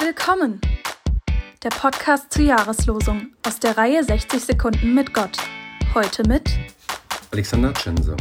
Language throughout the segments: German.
Willkommen! Der Podcast zur Jahreslosung aus der Reihe 60 Sekunden mit Gott. Heute mit Alexander Tschense.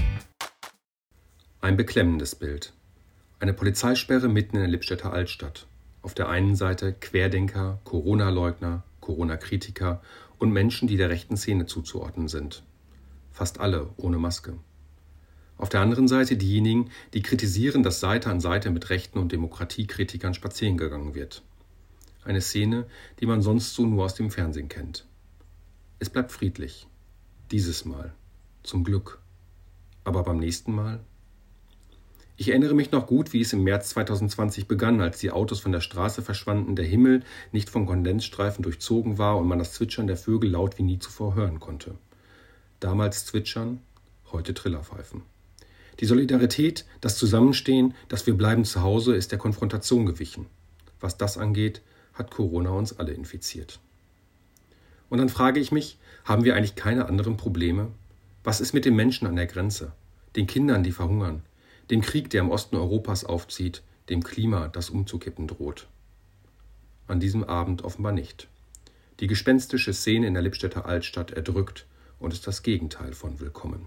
Ein beklemmendes Bild. Eine Polizeisperre mitten in der Lippstädter Altstadt. Auf der einen Seite Querdenker, Corona-Leugner, Corona-Kritiker und Menschen, die der rechten Szene zuzuordnen sind. Fast alle ohne Maske. Auf der anderen Seite diejenigen, die kritisieren, dass Seite an Seite mit Rechten und Demokratiekritikern spazieren gegangen wird. Eine Szene, die man sonst so nur aus dem Fernsehen kennt. Es bleibt friedlich. Dieses Mal. Zum Glück. Aber beim nächsten Mal? Ich erinnere mich noch gut, wie es im März 2020 begann, als die Autos von der Straße verschwanden, der Himmel nicht von Kondensstreifen durchzogen war und man das Zwitschern der Vögel laut wie nie zuvor hören konnte. Damals Zwitschern, heute Trillerpfeifen. Die Solidarität, das Zusammenstehen, das Wir bleiben zu Hause, ist der Konfrontation gewichen. Was das angeht, hat Corona uns alle infiziert. Und dann frage ich mich, haben wir eigentlich keine anderen Probleme? Was ist mit den Menschen an der Grenze, den Kindern, die verhungern, dem Krieg, der im Osten Europas aufzieht, dem Klima, das umzukippen droht? An diesem Abend offenbar nicht. Die gespenstische Szene in der Lippstädter Altstadt erdrückt und ist das Gegenteil von willkommen.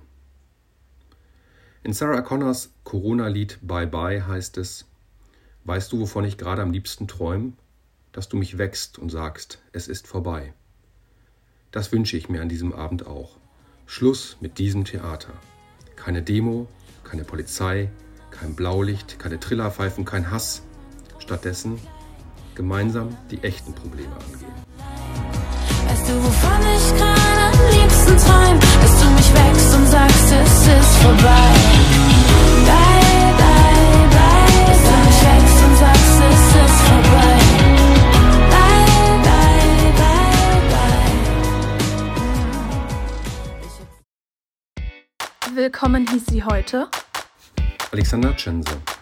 In Sarah Connors Corona-Lied Bye Bye heißt es: Weißt du, wovon ich gerade am liebsten träume? Dass du mich weckst und sagst, es ist vorbei. Das wünsche ich mir an diesem Abend auch. Schluss mit diesem Theater. Keine Demo, keine Polizei, kein Blaulicht, keine Trillerpfeifen, kein Hass. Stattdessen gemeinsam die echten Probleme angehen. Weißt du, wovon ich gerade am liebsten träum? Dass du mich weckst und sagst, es ist vorbei. Bye, bye, bye. Dass du mich weckst und sagst, es ist vorbei. Bye, bye, bye, bye. Willkommen hieß sie heute Alexander Tschense.